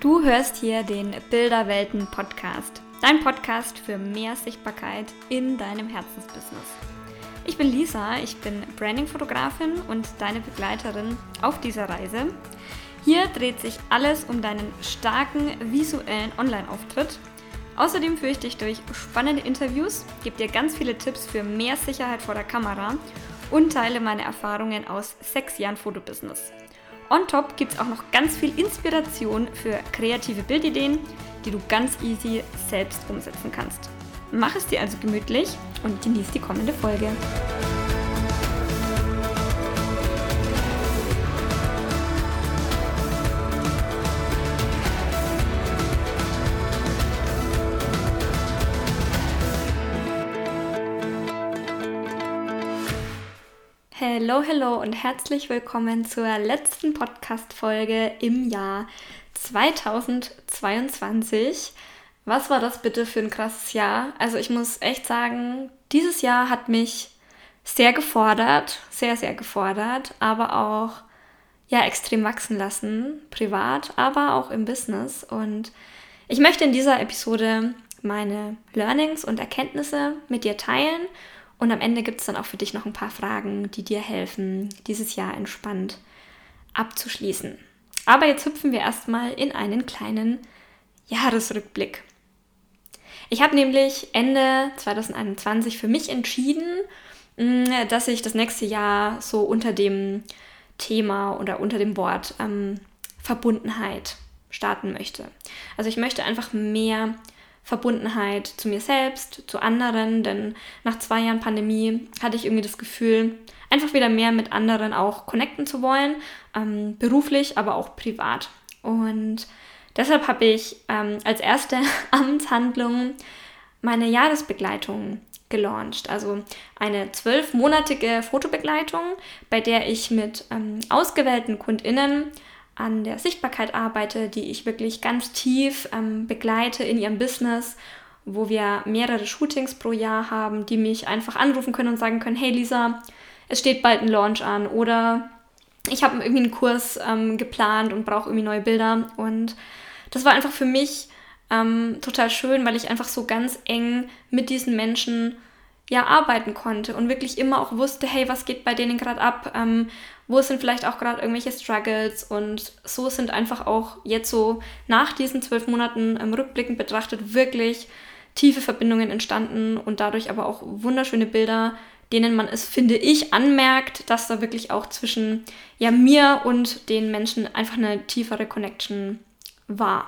Du hörst hier den Bilderwelten-Podcast, dein Podcast für mehr Sichtbarkeit in deinem Herzensbusiness. Ich bin Lisa, ich bin Branding-Fotografin und deine Begleiterin auf dieser Reise. Hier dreht sich alles um deinen starken visuellen Online-Auftritt. Außerdem führe ich dich durch spannende Interviews, gebe dir ganz viele Tipps für mehr Sicherheit vor der Kamera und teile meine Erfahrungen aus 6 Jahren Fotobusiness. On top gibt es auch noch ganz viel Inspiration für kreative Bildideen, die du ganz easy selbst umsetzen kannst. Mach es dir also gemütlich und genieß die kommende Folge. Hallo und herzlich willkommen zur letzten Podcast-Folge im Jahr 2022. Was war das bitte für ein krasses Jahr? Also ich muss echt sagen, dieses Jahr hat mich sehr gefordert, sehr gefordert, aber auch extrem wachsen lassen, privat, aber auch im Business. Und ich möchte in dieser Episode meine Learnings und Erkenntnisse mit dir teilen. Und am Ende gibt es dann auch für dich noch ein paar Fragen, die dir helfen, dieses Jahr entspannt abzuschließen. Aber jetzt hüpfen wir erstmal in einen kleinen Jahresrückblick. Ich habe nämlich Ende 2021 für mich entschieden, dass ich das nächste Jahr so unter dem Thema oder unter dem Wort Verbundenheit starten möchte. Also ich möchte einfach mehr Verbundenheit zu mir selbst, zu anderen, denn nach 2 Jahren Pandemie hatte ich irgendwie das Gefühl, einfach wieder mehr mit anderen auch connecten zu wollen, beruflich, aber auch privat. Und deshalb habe ich als erste Amtshandlung meine Jahresbegleitung gelauncht, also eine 12-monatige Fotobegleitung, bei der ich mit ausgewählten KundInnen an der Sichtbarkeit arbeite, die ich wirklich ganz tief begleite in ihrem Business, wo wir mehrere Shootings pro Jahr haben, die mich einfach anrufen können und sagen können, hey Lisa, es steht bald ein Launch an oder ich habe irgendwie einen Kurs geplant und brauche irgendwie neue Bilder. Und das war einfach für mich total schön, weil ich einfach so ganz eng mit diesen Menschen arbeiten konnte und wirklich immer auch wusste, hey, was geht bei denen gerade ab, wo sind vielleicht auch gerade irgendwelche Struggles, und so sind einfach auch jetzt so nach diesen 12 Monaten rückblickend betrachtet wirklich tiefe Verbindungen entstanden und dadurch aber auch wunderschöne Bilder, denen man es, finde ich, anmerkt, dass da wirklich auch zwischen mir und den Menschen einfach eine tiefere Connection war.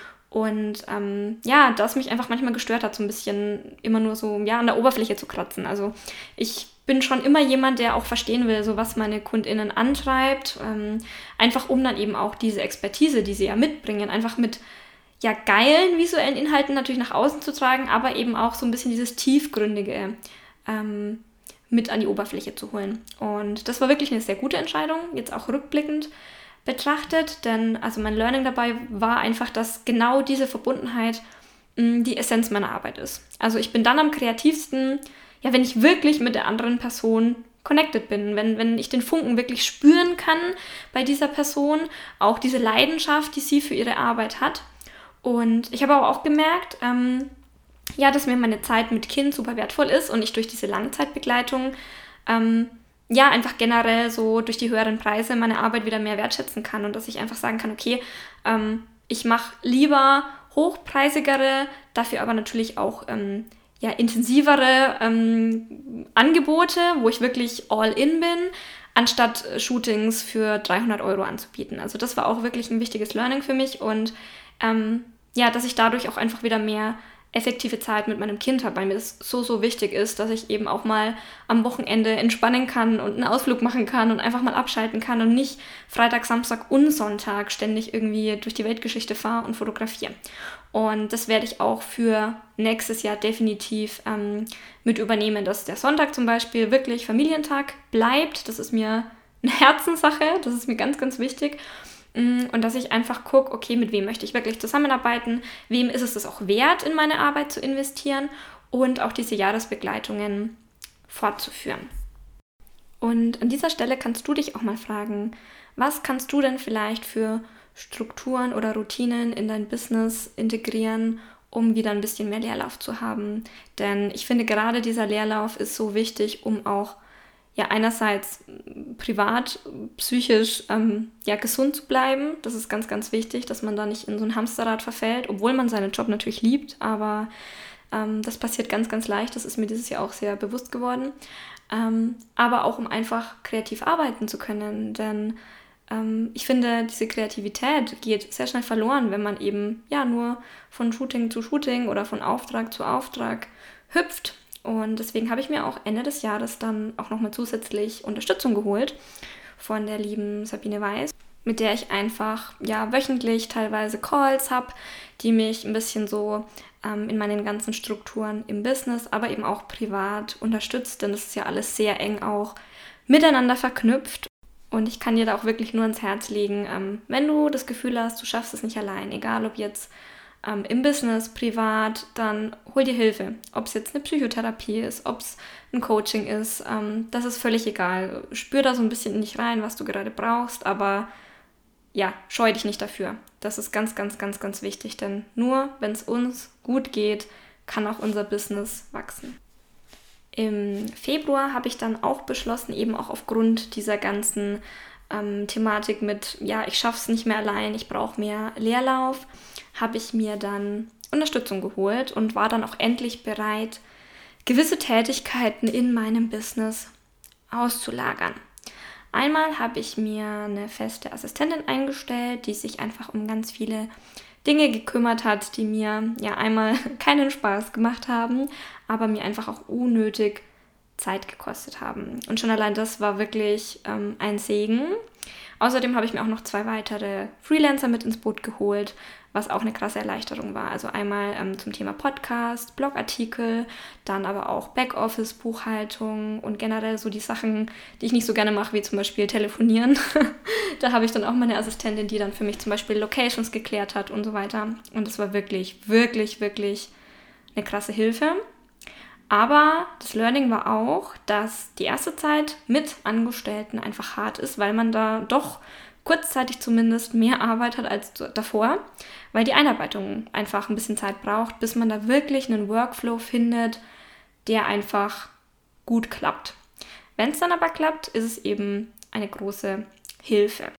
Und das mich einfach manchmal gestört hat, so ein bisschen immer nur so an der Oberfläche zu kratzen. Also ich bin schon immer jemand, der auch verstehen will, so was meine KundInnen antreibt, einfach um dann eben auch diese Expertise, die sie ja mitbringen, einfach mit geilen visuellen Inhalten natürlich nach außen zu tragen, aber eben auch so ein bisschen dieses Tiefgründige mit an die Oberfläche zu holen. Und das war wirklich eine sehr gute Entscheidung, jetzt auch rückblickend betrachtet, denn also mein Learning dabei war einfach, dass genau diese Verbundenheit die Essenz meiner Arbeit ist. Also ich bin dann am kreativsten, wenn ich wirklich mit der anderen Person connected bin, wenn ich den Funken wirklich spüren kann bei dieser Person, auch diese Leidenschaft, die sie für ihre Arbeit hat. Und ich habe aber auch gemerkt, dass mir meine Zeit mit Kind super wertvoll ist und ich durch diese Langzeitbegleitung einfach generell so durch die höheren Preise meine Arbeit wieder mehr wertschätzen kann und dass ich einfach sagen kann, okay, ich mache lieber hochpreisigere, dafür aber natürlich auch intensivere Angebote, wo ich wirklich all in bin, anstatt Shootings für 300 € anzubieten. Also das war auch wirklich ein wichtiges Learning für mich und dass ich dadurch auch einfach wieder mehr effektive Zeit mit meinem Kind habe, weil mir das so wichtig ist, dass ich eben auch mal am Wochenende entspannen kann und einen Ausflug machen kann und einfach mal abschalten kann und nicht Freitag, Samstag und Sonntag ständig irgendwie durch die Weltgeschichte fahre und fotografiere. Und das werde ich auch für nächstes Jahr definitiv mit übernehmen, dass der Sonntag zum Beispiel wirklich Familientag bleibt. Das ist mir eine Herzenssache, das ist mir ganz, ganz wichtig. Und dass ich einfach gucke, okay, mit wem möchte ich wirklich zusammenarbeiten, wem ist es das auch wert, in meine Arbeit zu investieren und auch diese Jahresbegleitungen fortzuführen. Und an dieser Stelle kannst du dich auch mal fragen, was kannst du denn vielleicht für Strukturen oder Routinen in dein Business integrieren, um wieder ein bisschen mehr Leerlauf zu haben. Denn ich finde, gerade dieser Leerlauf ist so wichtig, um auch einerseits privat, psychisch gesund zu bleiben. Das ist ganz, ganz wichtig, dass man da nicht in so ein Hamsterrad verfällt, obwohl man seinen Job natürlich liebt, aber das passiert ganz, ganz leicht. Das ist mir dieses Jahr auch sehr bewusst geworden. Aber auch, um einfach kreativ arbeiten zu können, denn ich finde, diese Kreativität geht sehr schnell verloren, wenn man eben nur von Shooting zu Shooting oder von Auftrag zu Auftrag hüpft. Und deswegen habe ich mir auch Ende des Jahres dann auch nochmal zusätzlich Unterstützung geholt von der lieben Sabine Weiß, mit der ich einfach wöchentlich teilweise Calls habe, die mich ein bisschen so in meinen ganzen Strukturen im Business, aber eben auch privat unterstützt, denn das ist ja alles sehr eng auch miteinander verknüpft. Und ich kann dir da auch wirklich nur ans Herz legen, wenn du das Gefühl hast, du schaffst es nicht allein, egal ob jetzt im Business, privat, dann hol dir Hilfe. Ob es jetzt eine Psychotherapie ist, ob es ein Coaching ist, das ist völlig egal. Spür da so ein bisschen in dich rein, was du gerade brauchst, aber scheu dich nicht dafür. Das ist ganz, ganz, ganz, ganz wichtig, denn nur wenn es uns gut geht, kann auch unser Business wachsen. Im Februar habe ich dann auch beschlossen, eben auch aufgrund dieser ganzen Thematik mit, ich schaffe es nicht mehr allein, ich brauche mehr Leerlauf, habe ich mir dann Unterstützung geholt und war dann auch endlich bereit, gewisse Tätigkeiten in meinem Business auszulagern. Einmal habe ich mir eine feste Assistentin eingestellt, die sich einfach um ganz viele Dinge gekümmert hat, die mir einmal keinen Spaß gemacht haben, aber mir einfach auch unnötig Zeit gekostet haben. Und schon allein das war wirklich ein Segen. Außerdem habe ich mir auch noch 2 weitere Freelancer mit ins Boot geholt, was auch eine krasse Erleichterung war. Also einmal zum Thema Podcast, Blogartikel, dann aber auch Backoffice, Buchhaltung und generell so die Sachen, die ich nicht so gerne mache, wie zum Beispiel telefonieren. Da habe ich dann auch meine Assistentin, die dann für mich zum Beispiel Locations geklärt hat und so weiter. Und das war wirklich, wirklich, wirklich eine krasse Hilfe. Aber das Learning war auch, dass die erste Zeit mit Angestellten einfach hart ist, weil man da doch kurzzeitig zumindest mehr Arbeit hat als davor, weil die Einarbeitung einfach ein bisschen Zeit braucht, bis man da wirklich einen Workflow findet, der einfach gut klappt. Wenn es dann aber klappt, ist es eben eine große Hilfe.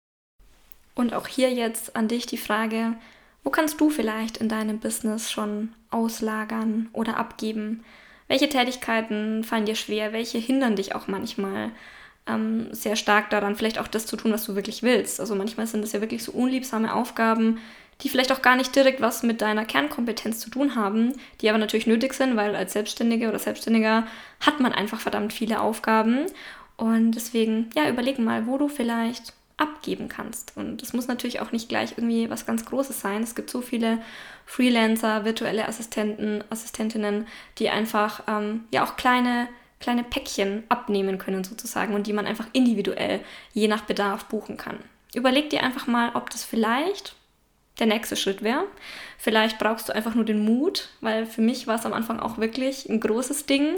Und auch hier jetzt an dich die Frage, wo kannst du vielleicht in deinem Business schon auslagern oder abgeben? Welche Tätigkeiten fallen dir schwer? Welche hindern dich auch manchmal sehr stark daran, vielleicht auch das zu tun, was du wirklich willst? Also manchmal sind das ja wirklich so unliebsame Aufgaben, die vielleicht auch gar nicht direkt was mit deiner Kernkompetenz zu tun haben, die aber natürlich nötig sind, weil als Selbstständige oder Selbstständiger hat man einfach verdammt viele Aufgaben. Und deswegen, überleg mal, wo du vielleicht abgeben kannst. Und das muss natürlich auch nicht gleich irgendwie was ganz Großes sein. Es gibt so viele Freelancer, virtuelle Assistenten, Assistentinnen, die einfach auch kleine Päckchen abnehmen können sozusagen und die man einfach individuell je nach Bedarf buchen kann. Überleg dir einfach mal, ob das vielleicht der nächste Schritt wäre. Vielleicht brauchst du einfach nur den Mut, weil für mich war es am Anfang auch wirklich ein großes Ding.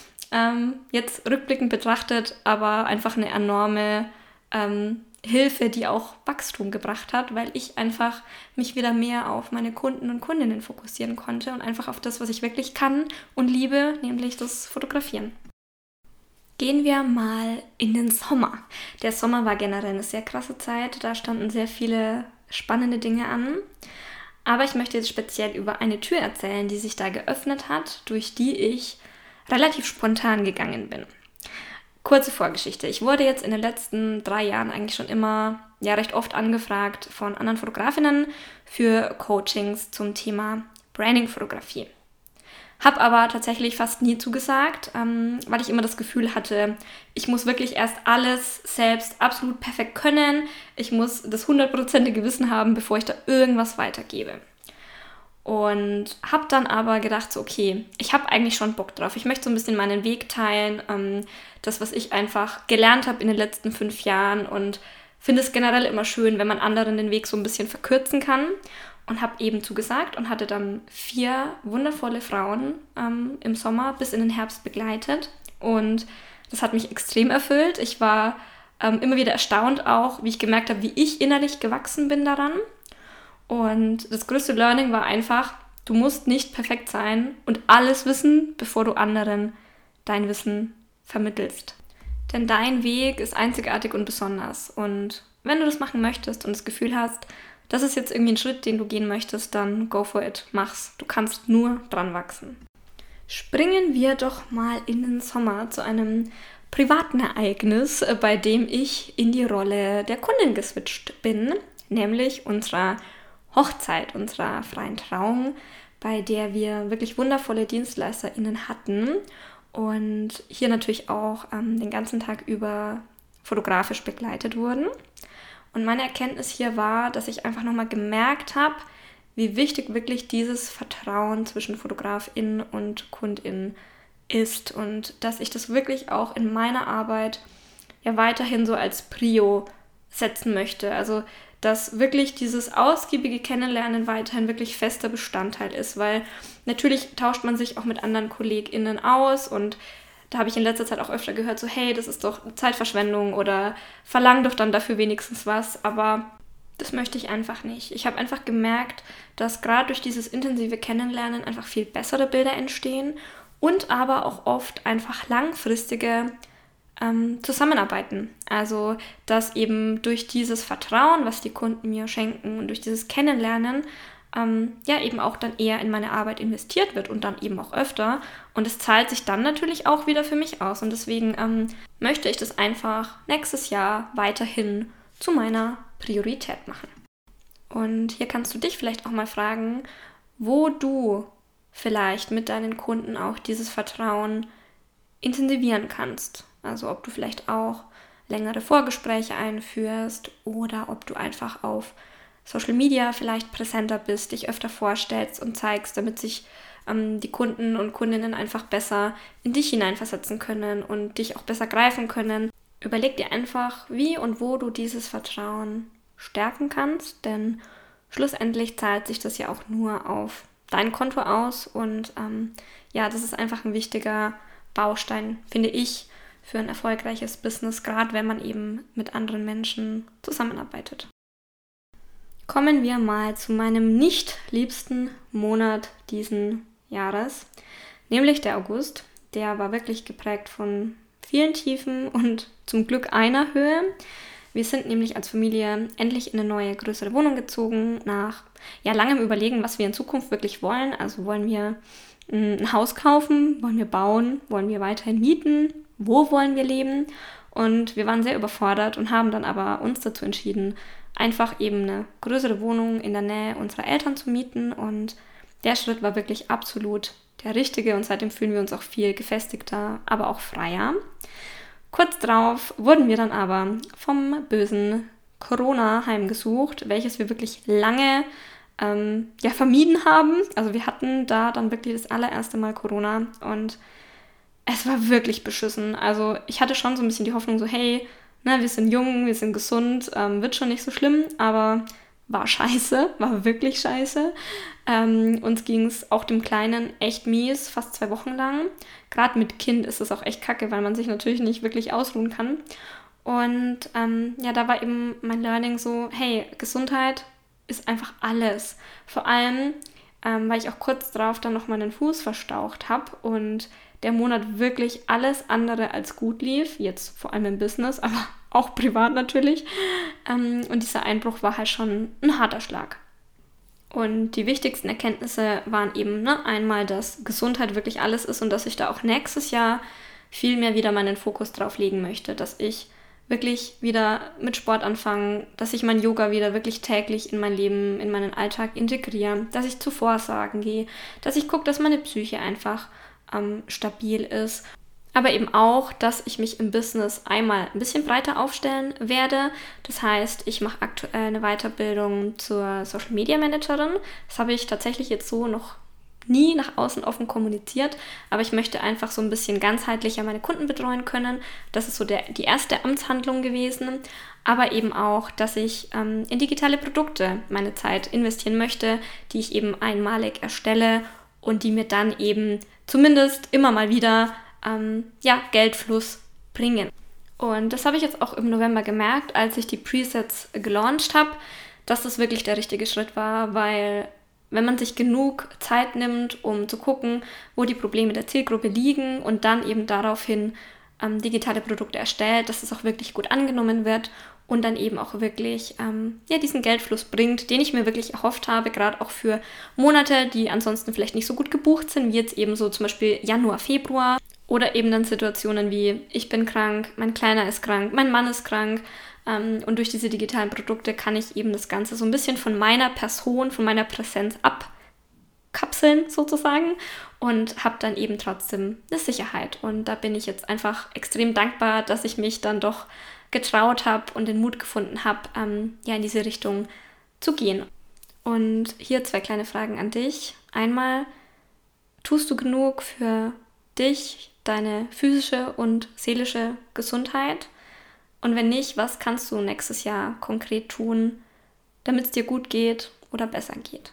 Jetzt rückblickend betrachtet, aber einfach eine enorme Hilfe, die auch Wachstum gebracht hat, weil ich einfach mich wieder mehr auf meine Kunden und Kundinnen fokussieren konnte und einfach auf das, was ich wirklich kann und liebe, nämlich das Fotografieren. Gehen wir mal in den Sommer. Der Sommer war generell eine sehr krasse Zeit, da standen sehr viele spannende Dinge an. Aber ich möchte jetzt speziell über eine Tür erzählen, die sich da geöffnet hat, durch die ich relativ spontan gegangen bin. Kurze Vorgeschichte. Ich wurde jetzt in den letzten 3 Jahren eigentlich schon immer recht oft angefragt von anderen Fotografinnen für Coachings zum Thema Branding-Fotografie. Habe aber tatsächlich fast nie zugesagt, weil ich immer das Gefühl hatte, ich muss wirklich erst alles selbst absolut perfekt können. Ich muss das 100%ige Wissen haben, bevor ich da irgendwas weitergebe. Und habe dann aber gedacht, so okay, ich habe eigentlich schon Bock drauf. Ich möchte so ein bisschen meinen Weg teilen, das, was ich einfach gelernt habe in den letzten 5 Jahren und finde es generell immer schön, wenn man anderen den Weg so ein bisschen verkürzen kann. Und habe eben zugesagt und hatte dann 4 wundervolle Frauen im Sommer bis in den Herbst begleitet. Und das hat mich extrem erfüllt. Ich war immer wieder erstaunt auch, wie ich gemerkt habe, wie ich innerlich gewachsen bin daran. Und das größte Learning war einfach, du musst nicht perfekt sein und alles wissen, bevor du anderen dein Wissen vermittelst. Denn dein Weg ist einzigartig und besonders. Und wenn du das machen möchtest und das Gefühl hast, das ist jetzt irgendwie ein Schritt, den du gehen möchtest, dann go for it, mach's. Du kannst nur dran wachsen. Springen wir doch mal in den Sommer zu einem privaten Ereignis, bei dem ich in die Rolle der Kundin geswitcht bin, nämlich unserer Hochzeit, unserer freien Trauung, bei der wir wirklich wundervolle DienstleisterInnen hatten und hier natürlich auch den ganzen Tag über fotografisch begleitet wurden. Und meine Erkenntnis hier war, dass ich einfach nochmal gemerkt habe, wie wichtig wirklich dieses Vertrauen zwischen FotografInnen und KundInnen ist und dass ich das wirklich auch in meiner Arbeit ja weiterhin so als Prio setzen möchte. Also dass wirklich dieses ausgiebige Kennenlernen weiterhin wirklich fester Bestandteil ist, weil natürlich tauscht man sich auch mit anderen KollegInnen aus und da habe ich in letzter Zeit auch öfter gehört, so hey, das ist doch Zeitverschwendung oder verlang doch dann dafür wenigstens was, aber das möchte ich einfach nicht. Ich habe einfach gemerkt, dass gerade durch dieses intensive Kennenlernen einfach viel bessere Bilder entstehen und aber auch oft einfach langfristige Zusammenarbeiten. Also, dass eben durch dieses Vertrauen, was die Kunden mir schenken und durch dieses Kennenlernen, eben auch dann eher in meine Arbeit investiert wird und dann eben auch öfter. Und es zahlt sich dann natürlich auch wieder für mich aus. Und deswegen möchte ich das einfach nächstes Jahr weiterhin zu meiner Priorität machen. Und hier kannst du dich vielleicht auch mal fragen, wo du vielleicht mit deinen Kunden auch dieses Vertrauen intensivieren kannst. Also ob du vielleicht auch längere Vorgespräche einführst oder ob du einfach auf Social Media vielleicht präsenter bist, dich öfter vorstellst und zeigst, damit sich die Kunden und Kundinnen einfach besser in dich hineinversetzen können und dich auch besser greifen können. Überleg dir einfach, wie und wo du dieses Vertrauen stärken kannst, denn schlussendlich zahlt sich das ja auch nur auf dein Konto aus und das ist einfach ein wichtiger Baustein, finde ich, für ein erfolgreiches Business, gerade wenn man eben mit anderen Menschen zusammenarbeitet. Kommen wir mal zu meinem nicht liebsten Monat diesen Jahres, nämlich der August. Der war wirklich geprägt von vielen Tiefen und zum Glück einer Höhe. Wir sind nämlich als Familie endlich in eine neue, größere Wohnung gezogen, nach langem Überlegen, was wir in Zukunft wirklich wollen. Also wollen wir ein Haus kaufen, wollen wir bauen, wollen wir weiterhin mieten, wo wollen wir leben? Und wir waren sehr überfordert und haben dann aber uns dazu entschieden, einfach eben eine größere Wohnung in der Nähe unserer Eltern zu mieten. Und der Schritt war wirklich absolut der richtige und seitdem fühlen wir uns auch viel gefestigter, aber auch freier. Kurz darauf wurden wir dann aber vom bösen Corona heimgesucht, welches wir wirklich lange vermieden haben. Also wir hatten da dann wirklich das allererste Mal Corona und es war wirklich beschissen. Also ich hatte schon so ein bisschen die Hoffnung so, hey, wir sind jung, wir sind gesund, wird schon nicht so schlimm, aber war scheiße, war wirklich scheiße. Uns ging es auch dem Kleinen echt mies, fast 2 Wochen lang. Gerade mit Kind ist es auch echt kacke, weil man sich natürlich nicht wirklich ausruhen kann. Und da war eben mein Learning so, hey, Gesundheit ist einfach alles. Vor allem, weil ich auch kurz drauf dann noch meinen Fuß verstaucht habe und der Monat wirklich alles andere als gut lief, jetzt vor allem im Business, aber auch privat natürlich. Und dieser Einbruch war halt schon ein harter Schlag. Und die wichtigsten Erkenntnisse waren eben einmal, dass Gesundheit wirklich alles ist und dass ich da auch nächstes Jahr viel mehr wieder meinen Fokus drauf legen möchte, dass ich wirklich wieder mit Sport anfange, dass ich mein Yoga wieder wirklich täglich in mein Leben, in meinen Alltag integriere, dass ich zu Vorsagen gehe, dass ich gucke, dass meine Psyche einfach stabil ist. Aber eben auch, dass ich mich im Business einmal ein bisschen breiter aufstellen werde. Das heißt, ich mache aktuell eine Weiterbildung zur Social Media Managerin. Das habe ich tatsächlich jetzt so noch nie nach außen offen kommuniziert, aber ich möchte einfach so ein bisschen ganzheitlicher meine Kunden betreuen können. Das ist so die erste Amtshandlung gewesen, aber eben auch, dass ich in digitale Produkte meine Zeit investieren möchte, die ich eben einmalig erstelle und die mir dann eben zumindest immer mal wieder Geldfluss bringen. Und das habe ich jetzt auch im November gemerkt, als ich die Presets gelauncht habe, dass das wirklich der richtige Schritt war, weil wenn man sich genug Zeit nimmt, um zu gucken, wo die Probleme der Zielgruppe liegen und dann eben daraufhin digitale Produkte erstellt, dass es auch wirklich gut angenommen wird und dann eben auch wirklich diesen Geldfluss bringt, den ich mir wirklich erhofft habe, gerade auch für Monate, die ansonsten vielleicht nicht so gut gebucht sind, wie jetzt eben so zum Beispiel Januar, Februar oder eben dann Situationen wie ich bin krank, mein Kleiner ist krank, mein Mann ist krank und durch diese digitalen Produkte kann ich eben das Ganze so ein bisschen von meiner Person, von meiner Präsenz abkapseln sozusagen und habe dann eben trotzdem eine Sicherheit. Und da bin ich jetzt einfach extrem dankbar, dass ich mich dann doch getraut habe und den Mut gefunden habe, in diese Richtung zu gehen. Und hier 2 kleine Fragen an dich. Einmal, tust du genug für dich, deine physische und seelische Gesundheit? Und wenn nicht, was kannst du nächstes Jahr konkret tun, damit es dir gut geht oder besser geht?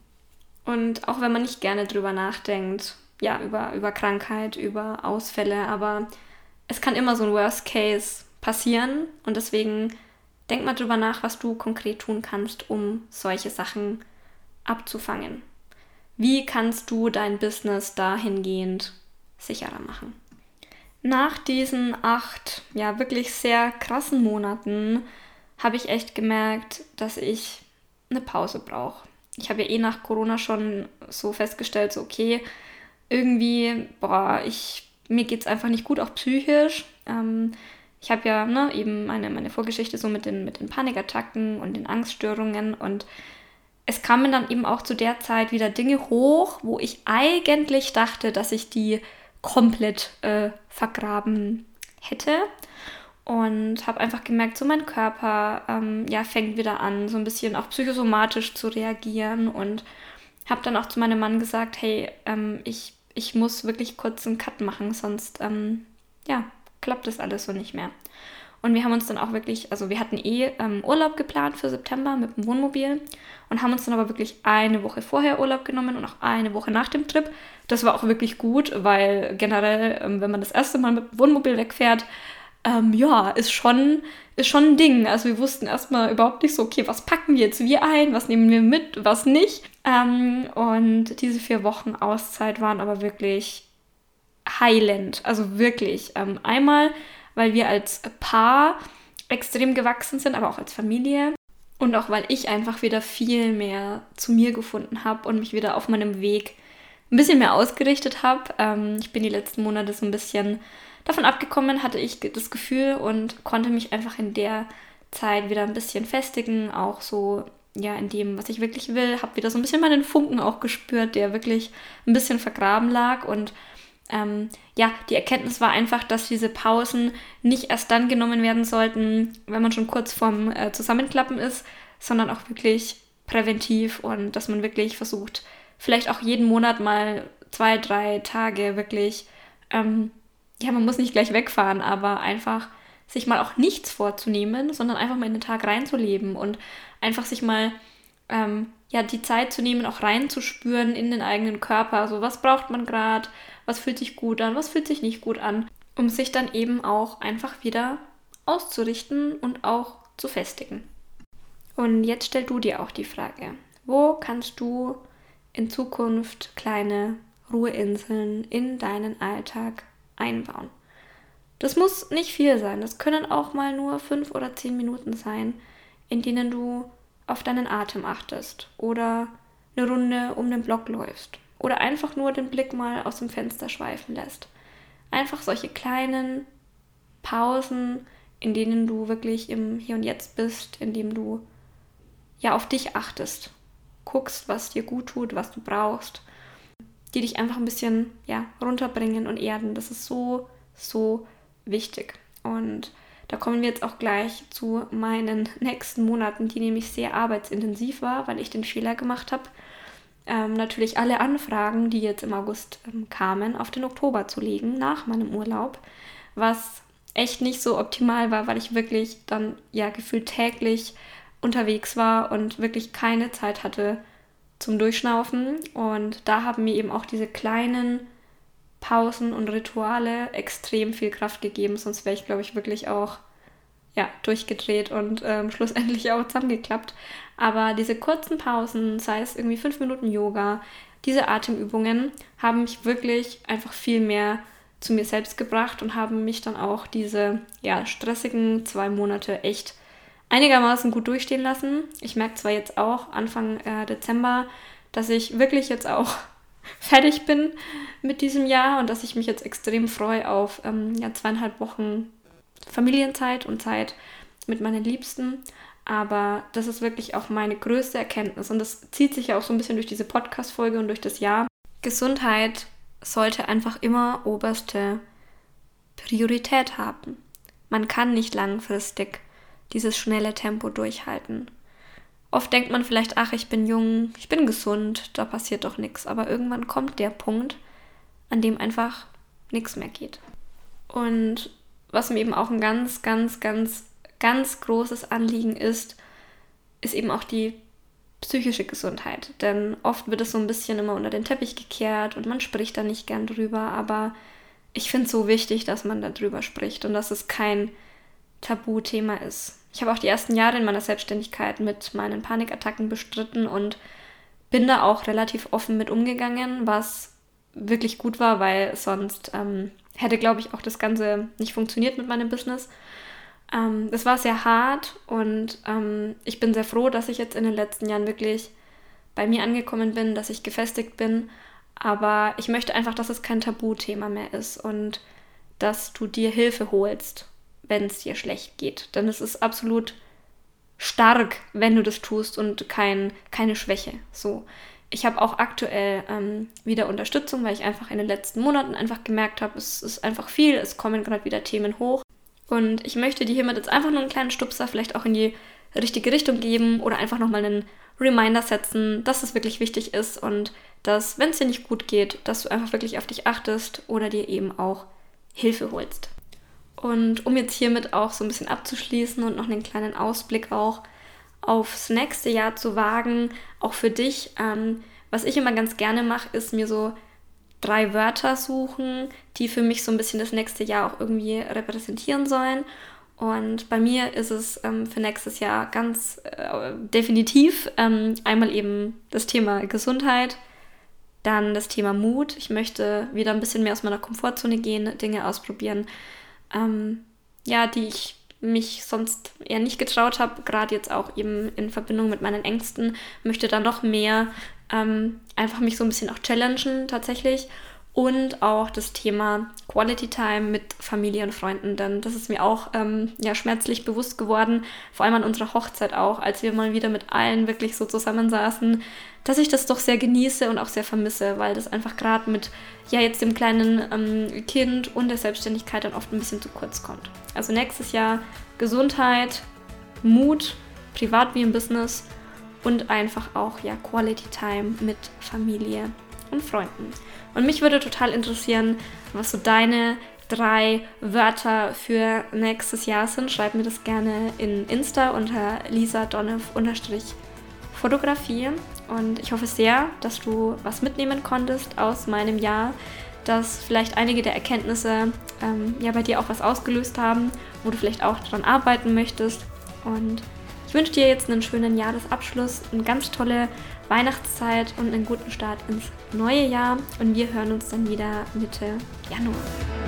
Und auch wenn man nicht gerne drüber nachdenkt, über Krankheit, über Ausfälle, aber es kann immer so ein Worst Case passieren und deswegen denk mal drüber nach, was du konkret tun kannst, um solche Sachen abzufangen. Wie kannst du dein Business dahingehend sicherer machen? Nach diesen 8, wirklich sehr krassen Monaten habe ich echt gemerkt, dass ich eine Pause brauche. Ich habe ja nach Corona schon so festgestellt, so okay, irgendwie, mir geht es einfach nicht gut, auch psychisch. Ich habe ja eben meine Vorgeschichte so mit den Panikattacken und den Angststörungen und es kamen dann eben auch zu der Zeit wieder Dinge hoch, wo ich eigentlich dachte, dass ich die komplett vergraben hätte und habe einfach gemerkt, so mein Körper fängt wieder an, so ein bisschen auch psychosomatisch zu reagieren und habe dann auch zu meinem Mann gesagt, hey, ich muss wirklich kurz einen Cut machen, sonst klappt das alles so nicht mehr. Und wir haben uns dann auch wirklich, also wir hatten Urlaub geplant für September mit dem Wohnmobil und haben uns dann aber wirklich eine Woche vorher Urlaub genommen und auch eine Woche nach dem Trip. Das war auch wirklich gut, weil generell, wenn man das erste Mal mit dem Wohnmobil wegfährt, ist schon ein Ding. Also wir wussten erstmal überhaupt nicht so, okay, was packen wir jetzt wie ein, was nehmen wir mit, was nicht. Und diese 4 Wochen Auszeit waren aber wirklich heilend. Also wirklich. Einmal, weil wir als Paar extrem gewachsen sind, aber auch als Familie. Und auch, weil ich einfach wieder viel mehr zu mir gefunden habe und mich wieder auf meinem Weg ein bisschen mehr ausgerichtet habe. Ich bin die letzten Monate so ein bisschen davon abgekommen, hatte ich das Gefühl und konnte mich einfach in der Zeit wieder ein bisschen festigen, auch so in dem, was ich wirklich will. Habe wieder so ein bisschen meinen Funken auch gespürt, der wirklich ein bisschen vergraben lag und die Erkenntnis war einfach, dass diese Pausen nicht erst dann genommen werden sollten, wenn man schon kurz vorm Zusammenklappen ist, sondern auch wirklich präventiv und dass man wirklich versucht, vielleicht auch jeden Monat mal 2, 3 Tage wirklich, man muss nicht gleich wegfahren, aber einfach sich mal auch nichts vorzunehmen, sondern einfach mal in den Tag reinzuleben und einfach sich mal die Zeit zu nehmen, auch reinzuspüren in den eigenen Körper. Also was braucht man gerade, was fühlt sich gut an, was fühlt sich nicht gut an, um sich dann eben auch einfach wieder auszurichten und auch zu festigen. Und jetzt stell du dir auch die Frage, wo kannst du in Zukunft kleine Ruheinseln in deinen Alltag einbauen? Das muss nicht viel sein, das können auch mal nur 5 oder 10 Minuten sein, in denen du auf deinen Atem achtest oder eine Runde um den Block läufst oder einfach nur den Blick mal aus dem Fenster schweifen lässt. Einfach solche kleinen Pausen, in denen du wirklich im Hier und Jetzt bist, in dem du auf dich achtest, guckst, was dir gut tut, was du brauchst, die dich einfach ein bisschen runterbringen und erden. Das ist so, so wichtig. Und da kommen wir jetzt auch gleich zu meinen nächsten Monaten, die nämlich sehr arbeitsintensiv war, weil ich den Fehler gemacht habe, natürlich alle Anfragen, die jetzt im August kamen, auf den Oktober zu legen, nach meinem Urlaub, was echt nicht so optimal war, weil ich wirklich dann gefühlt täglich unterwegs war und wirklich keine Zeit hatte zum Durchschnaufen. Und da haben mir eben auch diese kleinen Pausen und Rituale extrem viel Kraft gegeben, sonst wäre ich, glaube ich, wirklich auch durchgedreht und schlussendlich auch zusammengeklappt. Aber diese kurzen Pausen, sei es irgendwie 5 Minuten Yoga, diese Atemübungen haben mich wirklich einfach viel mehr zu mir selbst gebracht und haben mich dann auch diese stressigen 2 Monate echt einigermaßen gut durchstehen lassen. Ich merke zwar jetzt auch Anfang Dezember, dass ich wirklich jetzt auch fertig bin mit diesem Jahr und dass ich mich jetzt extrem freue auf 2,5 Wochen Familienzeit und Zeit mit meinen Liebsten. Aber das ist wirklich auch meine größte Erkenntnis und das zieht sich ja auch so ein bisschen durch diese Podcast-Folge und durch das Jahr. Gesundheit sollte einfach immer oberste Priorität haben. Man kann nicht langfristig dieses schnelle Tempo durchhalten. Oft denkt man vielleicht, ach, ich bin jung, ich bin gesund, da passiert doch nichts. Aber irgendwann kommt der Punkt, an dem einfach nichts mehr geht. Und was mir eben auch ein ganz, ganz, ganz, ganz großes Anliegen ist eben auch die psychische Gesundheit. Denn oft wird es so ein bisschen immer unter den Teppich gekehrt und man spricht da nicht gern drüber. Aber ich finde es so wichtig, dass man da drüber spricht und dass es kein Tabuthema ist. Ich habe auch die ersten Jahre in meiner Selbstständigkeit mit meinen Panikattacken bestritten und bin da auch relativ offen mit umgegangen, was wirklich gut war, weil sonst hätte, glaube ich, auch das Ganze nicht funktioniert mit meinem Business. Es war sehr hart und ich bin sehr froh, dass ich jetzt in den letzten Jahren wirklich bei mir angekommen bin, dass ich gefestigt bin. Aber ich möchte einfach, dass es kein Tabuthema mehr ist und dass du dir Hilfe holst, wenn es dir schlecht geht. Denn es ist absolut stark, wenn du das tust und keine Schwäche. So. Ich habe auch aktuell wieder Unterstützung, weil ich einfach in den letzten Monaten einfach gemerkt habe, es ist einfach viel, es kommen gerade wieder Themen hoch. Und ich möchte dir hiermit jetzt einfach nur einen kleinen Stupser vielleicht auch in die richtige Richtung geben oder einfach nochmal einen Reminder setzen, dass es wirklich wichtig ist und dass, wenn es dir nicht gut geht, dass du einfach wirklich auf dich achtest oder dir eben auch Hilfe holst. Und um jetzt hiermit auch so ein bisschen abzuschließen und noch einen kleinen Ausblick auch aufs nächste Jahr zu wagen, auch für dich, was ich immer ganz gerne mache, ist mir so 3 Wörter suchen, die für mich so ein bisschen das nächste Jahr auch irgendwie repräsentieren sollen. Und bei mir ist es für nächstes Jahr ganz definitiv einmal eben das Thema Gesundheit, dann das Thema Mut. Ich möchte wieder ein bisschen mehr aus meiner Komfortzone gehen, Dinge ausprobieren, die ich mich sonst eher nicht getraut habe, gerade jetzt auch eben in Verbindung mit meinen Ängsten, möchte da noch mehr einfach mich so ein bisschen auch challengen tatsächlich und auch das Thema Quality Time mit Familie und Freunden, denn das ist mir auch schmerzlich bewusst geworden, vor allem an unserer Hochzeit auch, als wir mal wieder mit allen wirklich so zusammensaßen, dass ich das doch sehr genieße und auch sehr vermisse, weil das einfach gerade mit jetzt dem kleinen Kind und der Selbstständigkeit dann oft ein bisschen zu kurz kommt. Also nächstes Jahr Gesundheit, Mut, privat wie im Business und einfach auch Quality Time mit Familie und Freunden. Und mich würde total interessieren, was so deine 3 Wörter für nächstes Jahr sind. Schreib mir das gerne in Insta unter lisa_fotografie. Und ich hoffe sehr, dass du was mitnehmen konntest aus meinem Jahr, dass vielleicht einige der Erkenntnisse bei dir auch was ausgelöst haben, wo du vielleicht auch dran arbeiten möchtest. Und ich wünsche dir jetzt einen schönen Jahresabschluss, eine ganz tolle Weihnachtszeit und einen guten Start ins neue Jahr. Und wir hören uns dann wieder Mitte Januar.